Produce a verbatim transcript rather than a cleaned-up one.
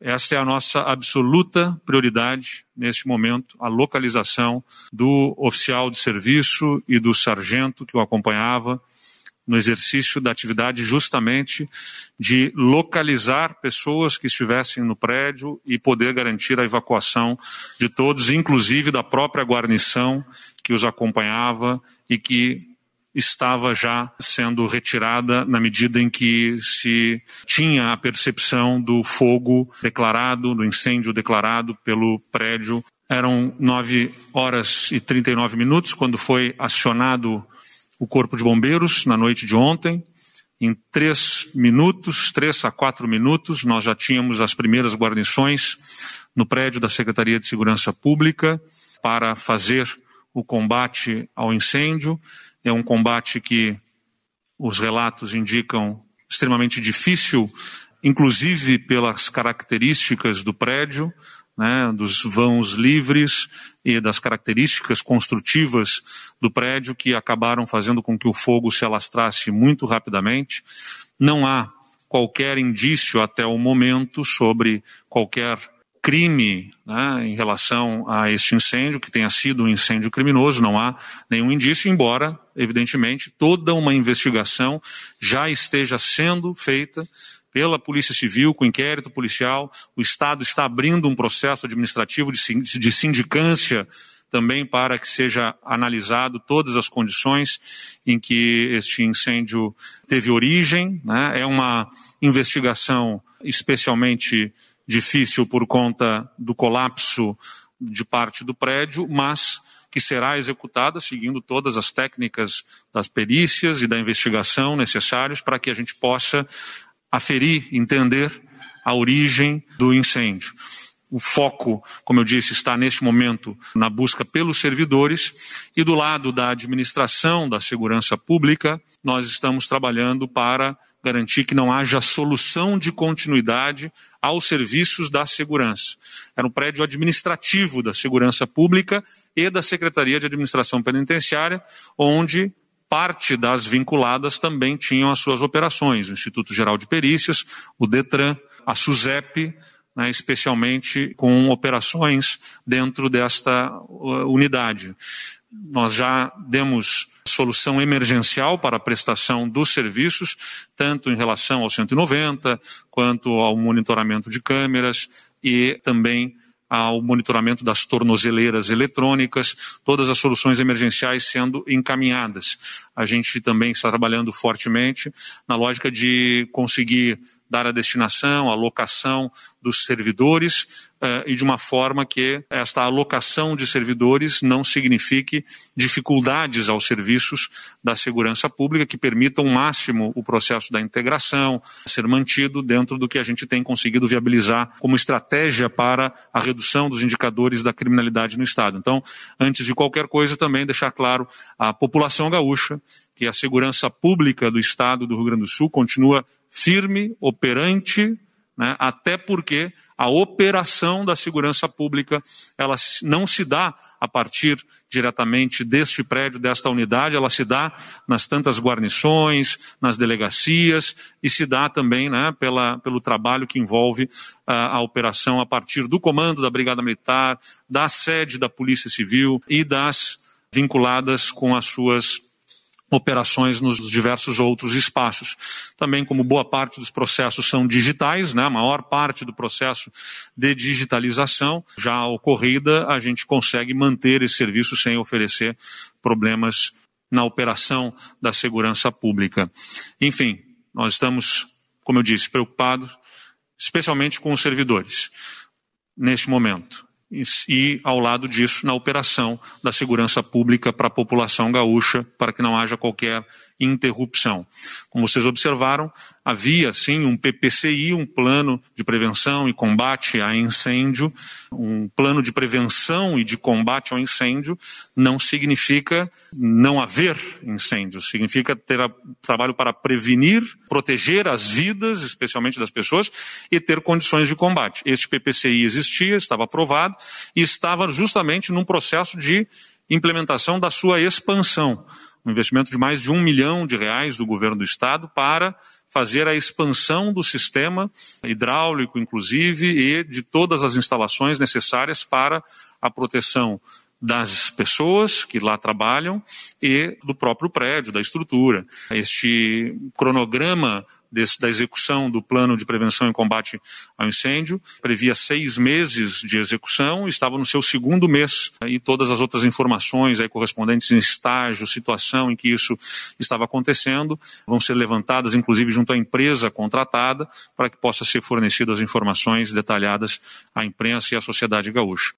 Essa é a nossa absoluta prioridade neste momento, a localização do oficial de serviço e do sargento que o acompanhava no exercício da atividade justamente de localizar pessoas que estivessem no prédio e poder garantir a evacuação de todos, inclusive da própria guarnição que os acompanhava e que estava já sendo retirada na medida em que se tinha a percepção do fogo declarado, do incêndio declarado pelo prédio. Eram nove horas e trinta e nove minutos quando foi acionado o Corpo de Bombeiros na noite de ontem. Em três minutos, três a quatro minutos, nós já tínhamos as primeiras guarnições no prédio da Secretaria de Segurança Pública para fazer o combate ao incêndio. É um combate que os relatos indicam extremamente difícil, inclusive pelas características do prédio, né, dos vãos livres e das características construtivas do prédio que acabaram fazendo com que o fogo se alastrasse muito rapidamente. Não há qualquer indício até o momento sobre qualquer crime, né, em relação a este incêndio, que tenha sido um incêndio criminoso. Não há nenhum indício, embora, evidentemente, toda uma investigação já esteja sendo feita pela Polícia Civil, com inquérito policial. O Estado está abrindo um processo administrativo de sindicância também para que seja analisado todas as condições em que este incêndio teve origem, né. É uma investigação especialmente difícil por conta do colapso de parte do prédio, mas que será executada seguindo todas as técnicas das perícias e da investigação necessários para que a gente possa aferir, entender a origem do incêndio. O foco, como eu disse, está neste momento na busca pelos servidores, e do lado da administração da segurança pública, nós estamos trabalhando para garantir que não haja solução de continuidade aos serviços da segurança. Era um prédio administrativo da segurança pública e da Secretaria de Administração Penitenciária, onde parte das vinculadas também tinham as suas operações, o Instituto Geral de Perícias, o DETRAN, a SUSEP, né, especialmente com operações dentro desta uh, unidade. Nós já demos solução emergencial para a prestação dos serviços, tanto em relação ao cento e noventa, quanto ao monitoramento de câmeras e também ao monitoramento das tornozeleiras eletrônicas, todas as soluções emergenciais sendo encaminhadas. A gente também está trabalhando fortemente na lógica de conseguir dar a destinação, a alocação dos servidores uh, e de uma forma que esta alocação de servidores não signifique dificuldades aos serviços da segurança pública, que permitam ao máximo o processo da integração ser mantido dentro do que a gente tem conseguido viabilizar como estratégia para a redução dos indicadores da criminalidade no Estado. Então, antes de qualquer coisa, também deixar claro à população gaúcha que a segurança pública do Estado do Rio Grande do Sul continua firme, operante, né, até porque a operação da segurança pública ela não se dá a partir diretamente deste prédio, desta unidade, ela se dá nas tantas guarnições, nas delegacias, e se dá também, né, pela, pelo trabalho que envolve a, a operação a partir do comando da Brigada Militar, da sede da Polícia Civil e das vinculadas com as suas operações nos diversos outros espaços. Também, como boa parte dos processos são digitais, né, a maior parte do processo de digitalização já ocorrida, a gente consegue manter esse serviço sem oferecer problemas na operação da segurança pública. Enfim, nós estamos, como eu disse, preocupados, especialmente com os servidores, neste momento. E, ao lado disso, na operação da segurança pública para a população gaúcha, para que não haja qualquer interrupção. Como vocês observaram, havia, sim, um P P C I, um plano de prevenção e combate a incêndio. Um plano de prevenção e de combate ao incêndio não significa não haver incêndio, significa ter a, trabalho para prevenir, proteger as vidas, especialmente das pessoas, e ter condições de combate. Este P P C I existia, estava aprovado, e estava justamente num processo de implementação da sua expansão. Um investimento de mais de um milhão de reais do governo do Estado para fazer a expansão do sistema hidráulico, inclusive, e de todas as instalações necessárias para a proteção das pessoas que lá trabalham e do próprio prédio, da estrutura. Este cronograma desse, da execução do plano de prevenção e combate ao incêndio previa seis meses de execução, estava no seu segundo mês, e todas as outras informações aí correspondentes em estágio, situação em que isso estava acontecendo, vão ser levantadas, inclusive junto à empresa contratada, para que possa ser fornecidas as informações detalhadas à imprensa e à sociedade gaúcha.